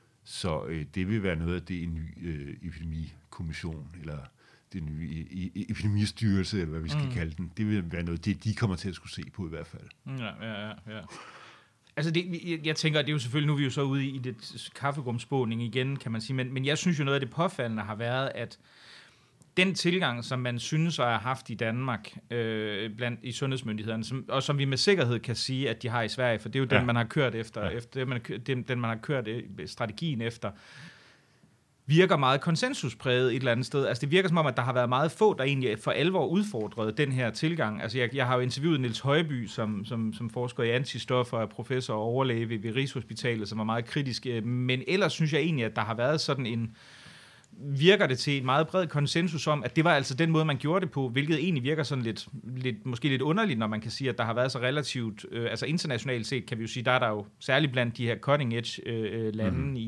Så det vil være noget af det, en ny epidemikommission, eller det nye epidemistyrelse, eller hvad vi skal kalde den, det vil være noget, det de kommer til at skulle se på i hvert fald. Ja. Altså, jeg tænker, det er jo selvfølgelig, nu er vi jo så ude i det kaffegrumsbådning igen, kan man sige, men jeg synes jo, noget af det påfaldende har været, at den tilgang, som man synes at have haft i Danmark blandt i sundhedsmyndighederne, som vi med sikkerhed kan sige, at de har i Sverige, for det er jo den, man har kørt efter den man har kørt strategien efter, virker meget konsensuspræget et eller andet sted. Altså det virker som om, at der har været meget få, der egentlig for alvor udfordrede den her tilgang. Altså jeg har jo interviewet Niels Højby, som forsker i antistoffer og professor og overlæge ved Rigshospitalet, som var meget kritisk. Men ellers synes jeg egentlig, at der har været sådan virker det til en meget bred konsensus om, at det var altså den måde, man gjorde det på, hvilket egentlig virker sådan måske lidt underligt, når man kan sige, at der har været så relativt, altså internationalt set, kan vi jo sige, der er jo særligt blandt de her cutting edge lande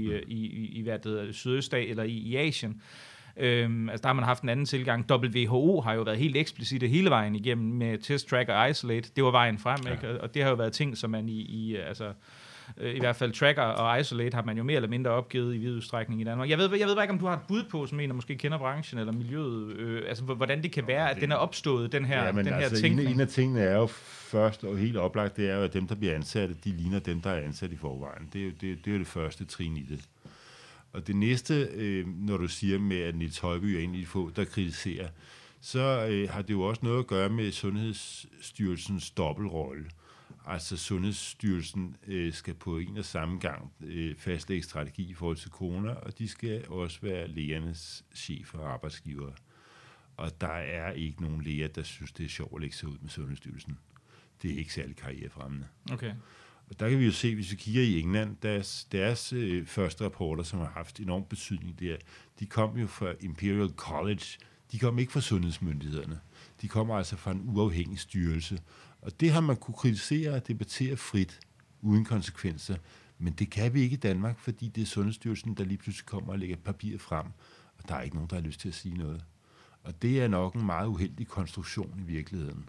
i hvad det hedder, Sydøstasien eller i Asien. Altså der har man haft en anden tilgang. WHO har jo været helt eksplicit hele vejen igennem med test, track og isolate. Det var vejen frem, ikke? Og det har jo været ting, som man i hvert fald tracker og isolate har man jo mere eller mindre opgivet i vid udstrækning i Danmark. Jeg ved ikke, om du har et bud på, som en, der måske kender branchen eller miljøet, altså hvordan det kan være, at den er opstået, den her tænkning. En af tingene er jo først og helt oplagt, det er jo, at dem, der bliver ansatte, de ligner dem, der er ansat i forvejen. Det er jo det første trin i det. Og det næste, når du siger med, at Niels Højby er en af de få, der kritiserer, så har det jo også noget at gøre med Sundhedsstyrelsens dobbeltrolle. Altså Sundhedsstyrelsen skal på en og samme gang fastlægge strategi i forhold til corona, og de skal også være lægernes chefer og arbejdsgivere. Og der er ikke nogen læger, der synes, det er sjovt at lægge sig ud med Sundhedsstyrelsen. Det er ikke særlig karrierefremmende. Okay. Og der kan vi jo se, hvis vi kigger i England, deres første rapporter, som har haft enorm betydning der, de kom jo fra Imperial College. De kom ikke fra sundhedsmyndighederne. De kommer altså fra en uafhængig styrelse. Og det har man kunne kritisere og debattere frit, uden konsekvenser. Men det kan vi ikke i Danmark, fordi det er Sundhedsstyrelsen, der lige pludselig kommer og lægger papiret frem. Og der er ikke nogen, der har lyst til at sige noget. Og det er nok en meget uheldig konstruktion i virkeligheden.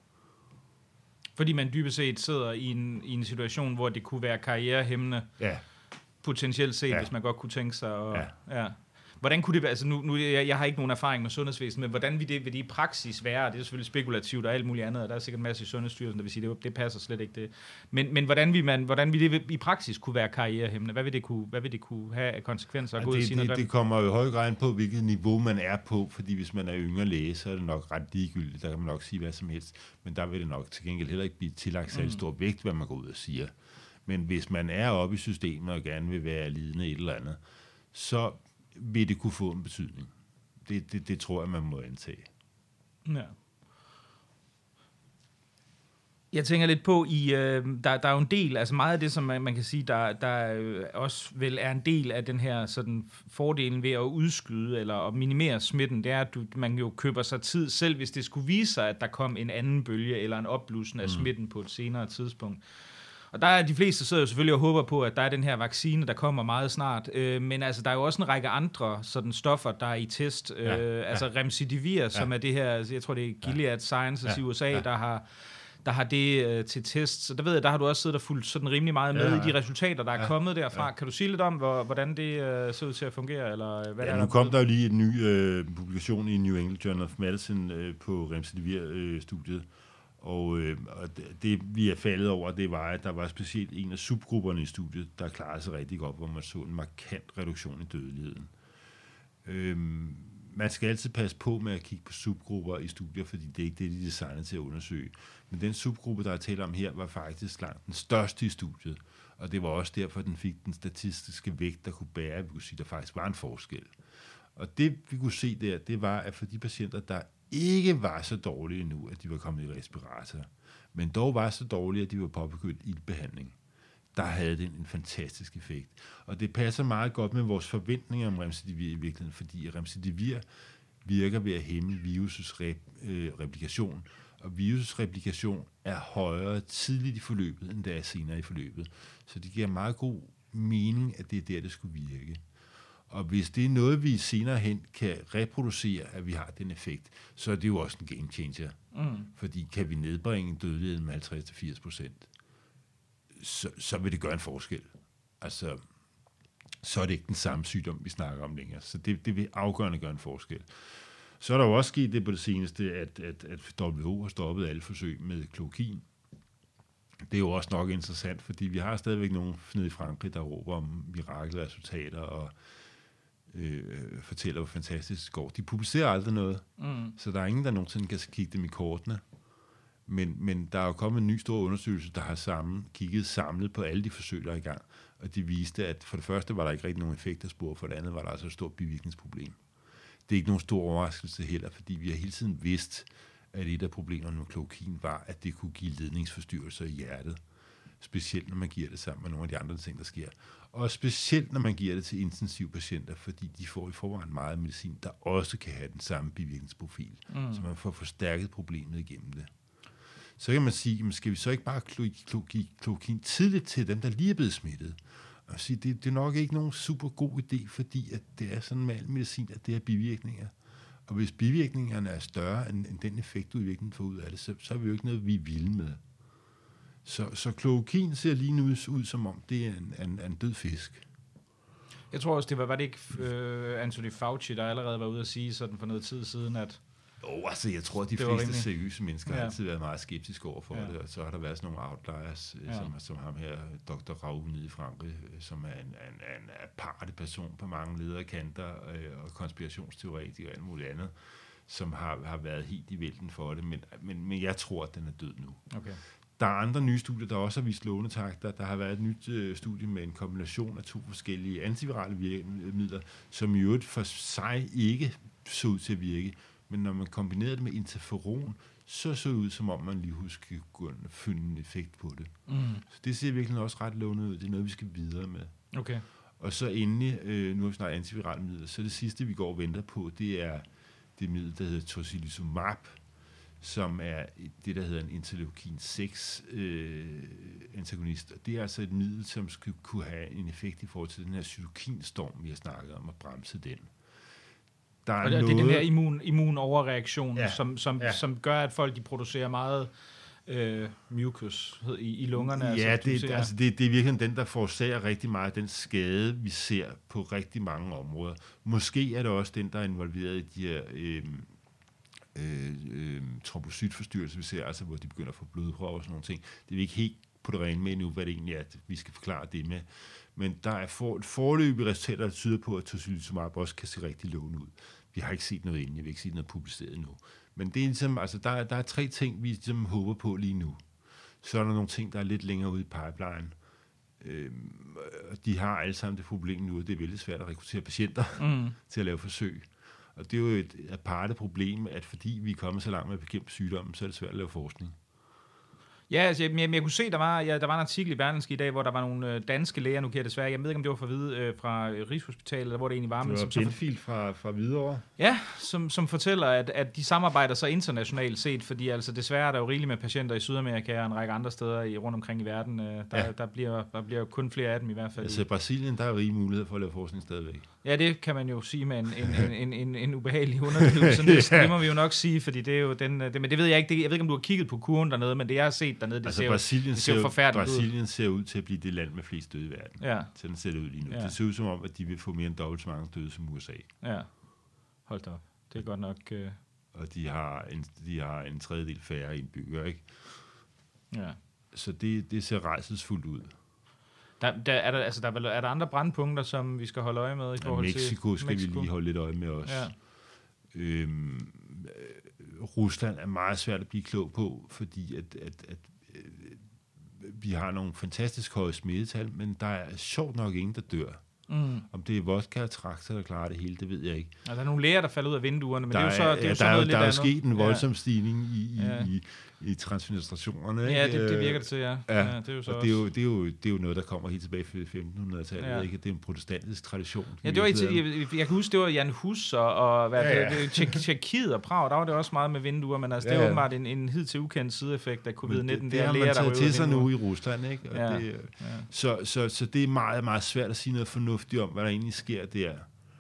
Fordi man dybest set sidder i en situation, hvor det kunne være karrierehæmmende, potentielt set, hvis man godt kunne tænke sig. Hvordan kunne det være, altså nu jeg har ikke nogen erfaring med sundhedsvæsenet, men hvordan vil det i praksis være? Det er selvfølgelig spekulativt og alt muligt andet, og der er sikkert en masse i Sundhedsstyrelsen, der vil sige, det passer slet ikke det. Men hvordan vil det i praksis kunne være karrierehæmmende? Hvad vil det kunne have af konsekvenser? Det kommer jo i høj grad på, hvilket niveau man er på, fordi hvis man er yngre læge, så er det nok ret ligegyldigt, der kan man nok sige hvad som helst, men der vil det nok til gengæld heller ikke blive tillagt særlig stor vægt, hvad man går ud og siger. Men hvis man er oppe i systemet og gerne vil være lidende et eller andet, så vil det kunne få en betydning. Det tror jeg, man må antage. Ja. Jeg tænker lidt på, der er jo en del, altså meget af det, som man kan sige, der også vel er en del af den her sådan fordelen ved at udskyde eller at minimere smitten, det er, at man jo køber sig tid, selv hvis det skulle vise sig, at der kom en anden bølge eller en opblussen af smitten på et senere tidspunkt. Og der er de fleste sidder jo selvfølgelig og håber på, at der er den her vaccine, der kommer meget snart. Men altså, der er jo også en række andre sådan stoffer, der er i test. Altså Remdesivir, som er det her, jeg tror det er Gilead Sciences i USA, der har det til test. Så der har du også siddet og fulgt sådan rimelig meget med i de resultater, der er kommet derfra. Ja. Kan du sige lidt om, hvordan det ser ud til at fungere? Eller hvad nu kom der jo lige en ny publikation i New England Journal of Medicine på Remdesivir-studiet. Og det, vi er faldet over, det var, at der var specielt en af subgrupperne i studiet, der klarede sig rigtig godt, hvor man så en markant reduktion i dødeligheden. Man skal altid passe på med at kigge på subgrupper i studier, fordi det er ikke det, de er designet til at undersøge. Men den subgruppe, der er talt om her, var faktisk langt den største i studiet. Og det var også derfor, den fik den statistiske vægt, der kunne bære, vi kunne sige, der faktisk var en forskel. Og det, vi kunne se der, det var, at for de patienter, der ikke var så dårlige endnu, at de var kommet i respirator, men dog var så dårlige, at de var påbegyndt iltbehandling. der havde den en fantastisk effekt. Og det passer meget godt med vores forventninger om remdesivir i virkeligheden, fordi remdesivir virker ved at hæmme virusets replikation, og virusets replikation er højere tidligt i forløbet, end det er senere i forløbet. Så det giver meget god mening, at det er der, det skulle virke. Og hvis det er noget, vi senere hen kan reproducere, at vi har den effekt, så er det jo også en game changer. Fordi kan vi nedbringe dødeligheden med 50-80%, så vil det gøre en forskel. Altså, så er det ikke den samme sygdom, vi snakker om længere. Så det vil afgørende gøre en forskel. Så er der jo også sket det på det seneste, at WHO har stoppet alle forsøg med klorokin. Det er jo også nok interessant, fordi vi har stadigvæk nogen nede i Frankrig, der råber om mirakelresultater og fortæller, hvor fantastisk det går. De publicerer aldrig noget, så der er ingen, der nogensinde kan kigge dem i kortene. Men der er jo kommet en ny stor undersøgelse, der har kigget samlet på alle de forsøg, der er i gang. Og de viste, at for det første var der ikke rigtig nogen effekt af spor, for det andet var der altså et stort bivirkningsproblem. Det er ikke nogen stor overraskelse heller, fordi vi har hele tiden vidst, at et af problemerne med klorokin var, at det kunne give ledningsforstyrrelser i hjertet. Specielt når man giver det sammen med nogle af de andre ting, der sker. Og specielt når man giver det til intensivpatienter, fordi de får i forvejen meget medicin, der også kan have den samme bivirkningsprofil. Så man får forstærket problemet igennem det. Så kan man sige, skal vi så ikke bare give klorokin tidligt til dem, der lige er blevet smittet? Og sige, det er nok ikke nogen super god idé, fordi at det er sådan med al medicin, at det er bivirkninger. Og hvis bivirkningerne er større end den effekt, du i virkeligheden får ud af det, så er vi jo ikke noget, vi er vilde med. Så klorokin ser lige nu ud, som om det er en død fisk. Jeg tror også, var det ikke Anthony Fauci, der allerede var ude at sige sådan for noget tid siden, at altså jeg tror, at de fleste seriøse mennesker har altid været meget skeptiske over for det, og så har der været sådan nogle outliers, som ham her, Dr. Raoult nede i Frankrig, som er en aparte person på mange lederkanter og konspirationsteoretiker og alt muligt andet, som har været helt i vælten for det, men jeg tror, at den er død nu. Okay. Der er andre nye studier, der også har vist lovende takter. Der har været et nyt studie med en kombination af 2 forskellige antivirale midler, som i øvrigt for sig ikke så ud til at virke. Men når man kombinerede det med interferon, så det ud, som om man lige husker at finde en effekt på det. Så det ser virkelig også ret lovende ud. Det er noget, vi skal videre med. Okay. Og så endelig, nu har vi snart antivirale midler, så det sidste, vi går og venter på, det er det middel, der hedder tocilizumab, som er det, der hedder en interleukin 6 antagonist. Og det er altså et middel, som skal kunne have en effekt i forhold til den her cytokinstorm, vi har snakket om, at bremse den. Der er og det er den her immunoverreaktion, som gør, at folk de producerer meget mucus i lungerne. Ja, altså, det er virkelig den, der forårsager rigtig meget den skade, vi ser på rigtig mange områder. Måske er det også den, der er involveret i de her trombocytforstyrrelser, vi ser, altså hvor de begynder at få blodprøver og sådan nogle ting. Det er vi ikke helt på det rene med nu, hvad det egentlig er, at vi skal forklare det med. Men der er foreløbige resultater, der tyder på, at tocilizumab også kan se rigtig lovende ud. Vi har ikke set noget inden, vi har ikke set noget publiceret endnu. Men det er ligesom, altså der er 3 ting, vi ligesom håber på lige nu. Så er der nogle ting, der er lidt længere ude i pipeline. De har alle sammen det problem nu, at det er vældig svært at rekruttere patienter til at lave forsøg. Og det er jo et aparte problem, at fordi vi er kommet så langt med at bekæmpe sygdommen, så er det svært at lave forskning. Ja, altså, jeg kunne se, der var en artikel i Berlingske i dag, hvor der var nogle danske læger, nu kan jeg desværre, jeg ved ikke, om det var fra Rigshospitalet, eller hvor det egentlig var. Det var Benfield fra Hvidovre. Ja, som fortæller, at de samarbejder så internationalt set, fordi altså desværre er der jo rigeligt med patienter i Sydamerika og en række andre steder rundt omkring i verden. Der bliver jo kun flere af dem i hvert fald. Altså i Brasilien, der er jo rige muligheder for at lave forskning stadigvæk. Ja, det kan man jo sige med en ubehagelig underdrivelse. Det må vi jo nok sige, fordi det er jo den... men det ved jeg ikke. Jeg ved ikke, om du har kigget på kurven dernede, men det jeg har set dernede, det ser jo forfærdeligt ud. Brasilien ser ud til at blive det land med flest døde i verden. Ja. Sådan ser det ud lige nu. Ja. Det ser ud som om, at de vil få mere end dobbelt så mange døde som USA. Ja, hold da op. Det er godt nok... Og de har en tredjedel færre indbyggere, ikke? Ja. Så det ser rædselsfuldt ud. Er der andre brandpunkter, som vi skal holde øje med i forhold til Mexico skal vi lige holde lidt øje med også. Ja. Rusland er meget svært at blive klog på, fordi at vi har nogle fantastisk høje smittetal, men der er sjovt nok ingen, der dør. Om det er vodka og traktor, der klarer det hele, det ved jeg ikke. Der er nogle læger, der falder ud af vinduerne, men det er jo så noget lidt andet. Der er jo sket en voldsom stigning i transministrationerne. Ja, det virker det til, ja. Ja, det er jo så og det er jo noget, der kommer helt tilbage fra 1500-tallet. Ja. Ikke? Det er en protestantisk tradition. Ja, det var jeg kan huske, det var Jan Hus og Tjekkiet og Prag, der var det også meget med vinduer, men altså, det er åbenbart en hidtil ukendt sideeffekt af covid-19. Det har man taget til sig nu i Rusland, ikke? Og så det er meget, meget svært at sige noget fornuftigt om, hvad der egentlig sker der.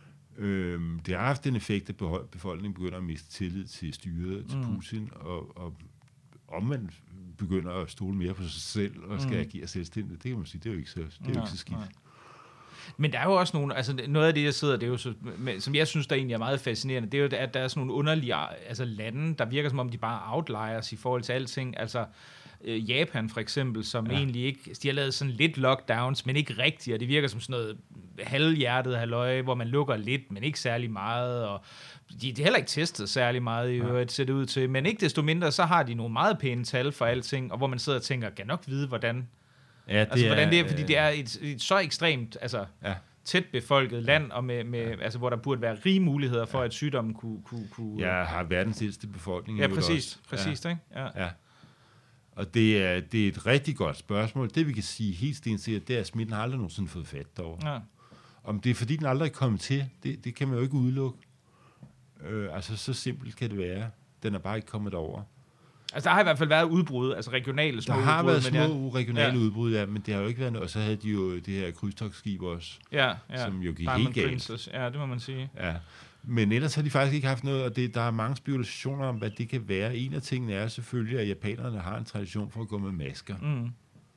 Det har haft en effekt, at befolkningen begynder at miste tillid til styret, til Putin, og omvendt begynder at stole mere på sig selv og skal agere selvstændigt. Det kan man sige, det er jo ikke så skidt. Men der er jo også nogle, altså noget af det, jeg sidder, det er jo så, som jeg synes, der egentlig er meget fascinerende, det er jo, at der er sådan nogle underlige lande, der virker som om, de bare outliers i forhold til alting. Altså Japan for eksempel, som egentlig ikke, de har lavet sådan lidt lockdowns, men ikke rigtigt, og det virker som sådan noget halvhjertet halløj, hvor man lukker lidt, men ikke særlig meget, og de er heller ikke testet særlig meget i øvrigt, ser det ud til, men ikke desto mindre, så har de nogle meget pæne tal for alting, og hvor man sidder og tænker, kan nok vide, hvordan hvordan det er, fordi det er et så ekstremt, tæt befolket land, og med altså, hvor der burde være rige muligheder for, at sygdommen kunne... Jeg har verdens ældste befolkning. Ja, præcis, ikke? Ja. Og det er et rigtig godt spørgsmål. Det vi kan sige helt stensikkert, det er, at smitten har aldrig nogensinde fået fat derovre. Ja. Om det er, fordi den aldrig er kommet til, det kan man jo ikke udelukke. Altså, så simpelt kan det være. Den er bare ikke kommet derover. Altså, der har i hvert fald været udbrud, altså regionale små udbrud. Der har været små regionale udbrud, ja, men det har jo ikke været noget. Og så havde de jo det her krydstogtskib også, som jo gik helt galt. Ja, det må man sige. Ja. Men ellers har de faktisk ikke haft noget, og der er mange spekulationer om, hvad det kan være. En af tingene er selvfølgelig, at japanerne har en tradition for at gå med masker. Mm.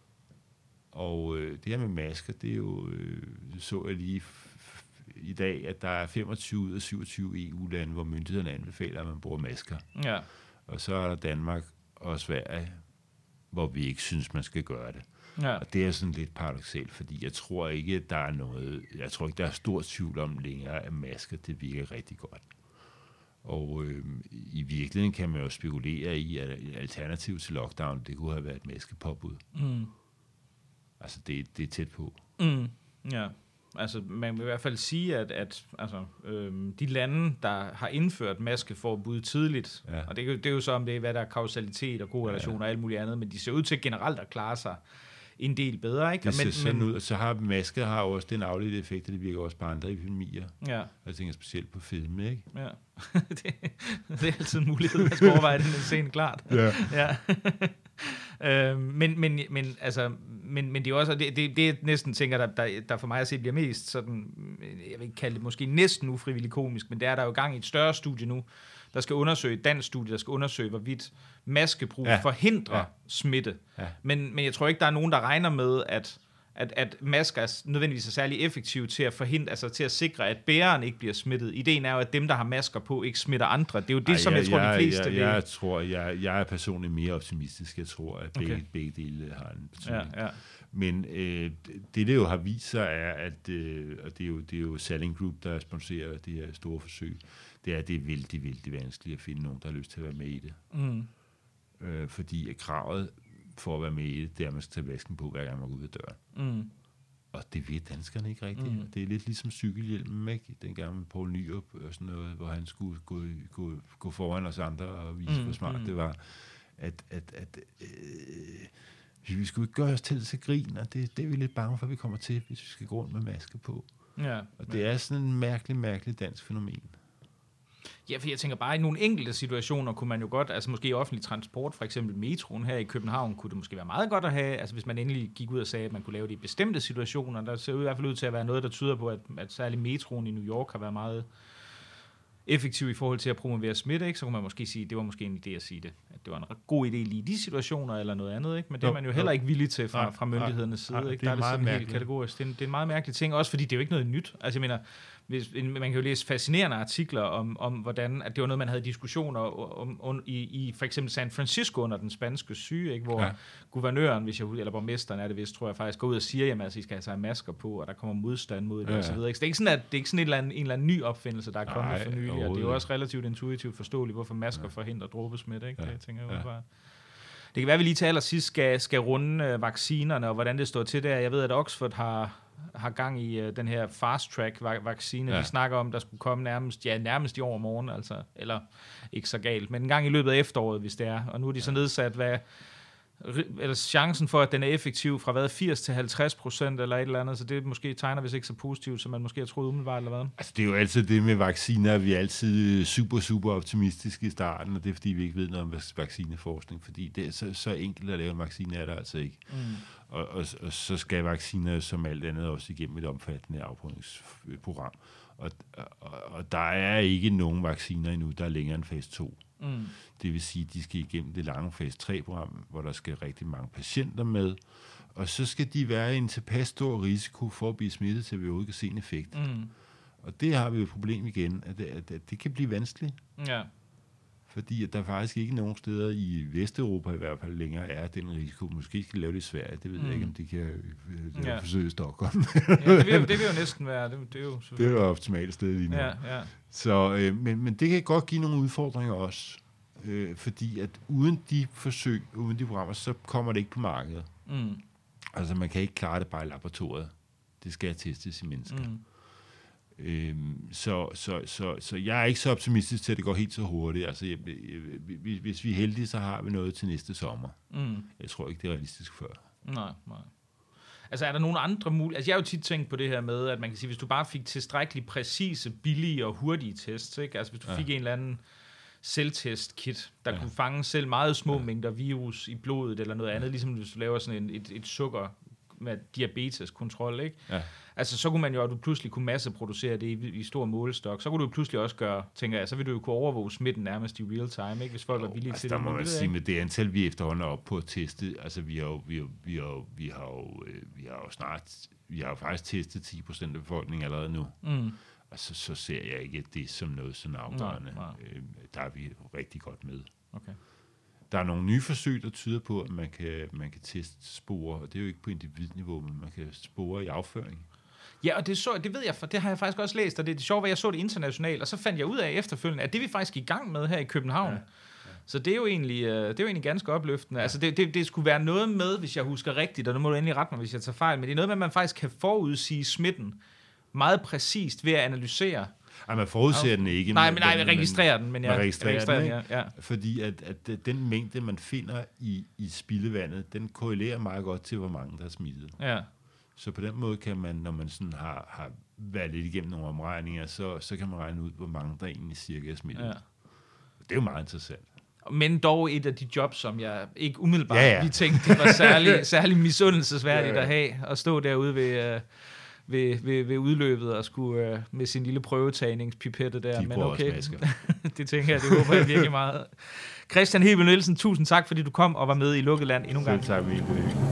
Og det her med masker, det er jo, så jeg lige i dag, at der er 25 ud af 27 EU-lande, hvor myndighederne anbefaler, at man bruger masker. Ja. Og så er der Danmark og Sverige, hvor vi ikke synes, man skal gøre det. Ja. Og det er sådan lidt paradoksalt, fordi jeg tror ikke, at der er noget... Jeg tror ikke, der er stor tvivl om længere, at masker, det virker rigtig godt. Og i virkeligheden kan man jo spekulere i, at alternativ til lockdown, det kunne have været et maskepåbud. Mm. Altså, det er tæt på. Mm. Ja. Altså, man vil i hvert fald sige, at de lande, der har indført maskeforbud tidligt, og det er jo så om det er, hvad der er kausalitet og gode relationer og alt muligt andet, men de ser ud til generelt at klare sig en del bedre, ikke? Det ser sådan ud, og så har masker har også den afledte effekt, at det virker også på andre epidemier. Ja. Jeg tænker specielt på fedme, ikke? Ja, det er altid en mulighed, man skal overveje den scene, klart. Ja. Men det er også det næsten tænker der for mig at se bliver mest sådan, jeg vil ikke kalde det måske næsten ufrivillig komisk, men det er der jo gang i et større studie nu, der skal undersøge, et dansk studie, der skal undersøge, hvorvidt maskebrug forhindrer smitte. Ja. Men jeg tror ikke, der er nogen, der regner med, at masker er nødvendigvis er særlig effektive til at forhindre, altså til at sikre, at bæreren ikke bliver smittet. Ideen er jo, at dem, der har masker på, ikke smitter andre. Det er jo det, som jeg tror, de fleste vil. Jeg er personligt mere optimistisk. Jeg tror, at begge dele har en betydning. Ja. Men det jo har vist sig, er, at og det er jo Salling Group, der sponsorerer det her store forsøg, det er vældig vanskeligt at finde nogen, der har lyst til at være med i det. Mm. Fordi at kravet for at være med i det, det er, at man skal tage vasken på, hver gang man går ud af døren. Mm. Og det ved danskerne ikke rigtigt. Mm. Det er lidt ligesom cykelhjelmen, ikke? Dengang med Poul Nyrup og sådan noget, hvor han skulle gå foran os andre og vise, hvor smart det var. Vi skulle ikke gøre os til grin, og det er vi lidt bange for, at vi kommer til, hvis vi skal gå rundt med maske på. Ja, og det er sådan en mærkelig dansk fænomen. Ja, for jeg tænker bare, i nogle enkelte situationer kunne man jo godt, altså måske i offentlig transport, for eksempel metroen her i København, kunne det måske være meget godt at have, altså hvis man endelig gik ud og sagde, at man kunne lave det i bestemte situationer, der ser i hvert fald ud til at være noget, der tyder på, at særligt metroen i New York har været meget effektiv i forhold til at promovere smitte, ikke? Så kunne man måske sige, det var måske en idé at sige det, at det var en god idé lige i de situationer eller noget andet, ikke? Men det er man jo heller ikke villig til fra myndighedernes side, ikke? Der er det sådan helt kategorisk. Det er en meget mærkelig ting, også fordi det er jo ikke noget nyt. Altså jeg mener, man kan jo læse fascinerende artikler om hvordan, at det var noget, man havde diskussioner om i for eksempel San Francisco under den spanske syge, ikke? Hvor guvernøren, eller borgmesteren er det vist, tror jeg faktisk, går ud og siger, jamen altså, I skal have masker på, og der kommer modstand mod det, og så videre. Ikke? Så det er ikke sådan, at det er ikke sådan en eller anden ny opfindelse, der er kommet for nylig, og det er jo også relativt intuitivt forståeligt, hvorfor masker forhindrer dråbesmitte, ikke? Det tænker jeg bare. Det kan være, at vi lige til allersidst skal runde vaccinerne, og hvordan det står til der. Jeg ved, at Oxford har gang i den her fast-track-vaccine, Ja. de snakker om, der skulle komme nærmest i overmorgen, altså, eller ikke så galt, men en gang i løbet af efteråret, hvis det er. Og nu er de så nedsat, eller chancen for, at den er effektiv fra 80 til 50% eller et eller andet, så det måske tegner hvis ikke så positivt, som man måske har troet umiddelbart, eller hvad? Altså, det er jo altid det med vacciner, vi er altid super optimistiske i starten, og det er fordi, vi ikke ved noget om vaccineforskning, fordi det er så enkelt at lave en vaccine, er der altså ikke. Og så skal vacciner som alt andet også igennem et omfattende afprøvningsprogram. Og der er ikke nogen vacciner endnu, der er længere end fase 2. Det vil sige, at de skal igennem det lange fase 3-program, hvor der skal rigtig mange patienter med, og så skal de være i en tilpas stor risiko for at blive smittet, til vi overhovedet kan se en effekt. Og det har vi jo et problem igen, at det kan blive vanskeligt. Ja. Fordi at der faktisk ikke nogen steder i Vesteuropa i hvert fald længere er den risiko. Måske skal de lave det i Sverige, det ved jeg ikke, om de kan forsøge i Stockholm. Det vil jo næsten være. Det er jo optimalt sted lige nu. Ja. Så, men det kan godt give nogle udfordringer også. Fordi at uden de forsøg, uden de programmer, så kommer det ikke på markedet. Altså man kan ikke klare det bare i laboratoriet. Det skal testes i mennesker. Så jeg er ikke så optimistisk til, at det går helt så hurtigt. Altså, hvis vi er heldige, så har vi noget til næste sommer. Jeg tror ikke, det er realistisk før. Nej. Altså, er der nogle andre muligheder? Altså, jeg har jo tit tænkt på det her med, at man kan sige, hvis du bare fik tilstrækkeligt præcise, billige og hurtige tests, ikke? Altså, hvis du fik en eller anden selvtest-kit, der kunne fange selv meget små mængder virus i blodet eller noget andet, ligesom hvis du laver sådan et sukker med diabeteskontrol, ikke? Ja. Altså, så kunne man jo, at du pludselig kunne masseproducere det i stor målestok. Så kunne du jo pludselig også gøre, tænker jeg, så vil du jo kunne overvåge smitten nærmest i real time, ikke? Hvis folk er villige til det. Der må man sige, med det antal, vi efterhånden er oppe på at teste, altså vi har jo faktisk testet 10% af befolkningen allerede nu. Altså, så ser jeg ikke det som noget sådan afgørende. Der er vi rigtig godt med. Okay. Der er nogle nye forsøg, der tyder på, at man kan teste sporer, og det er jo ikke på individniveau, men man kan spore i afføring. Ja, og det ved jeg, for det har jeg faktisk også læst, og det er det sjove, at jeg så det internationalt, og så fandt jeg ud af efterfølgende, at det vi faktisk i gang med her i København. Ja. Så det er jo egentlig ganske opløftende. Ja. Altså det skulle være noget med, hvis jeg husker rigtigt, og nu må du endelig rette mig, hvis jeg tager fejl, men det er noget med, at man faktisk kan forudsige smitten meget præcist ved at analysere. Ej, man forudser den ikke. Nej, vi registrerer den, men jeg registrerer den, ja. Fordi at den mængde, man finder i spildevandet, den korrelerer meget godt til, hvor mange der er smittet. Ja. Så på den måde kan man, når man sådan har været lidt igennem nogle omregninger, så kan man regne ud, hvor mange der egentlig cirka er smittet. Ja. Det er jo meget interessant. Men dog et af de jobs, som jeg ikke umiddelbart lige tænkte, det var særlig misundelsesværdigt at have, at stå derude ved udløbet og skulle med sin lille prøvetagningspipette der. Men okay, det tænker jeg, det håber jeg virkelig meget. Christian Hebel Nielsen, tusind tak, fordi du kom og var med i Lukket Land endnu en gang. Tak,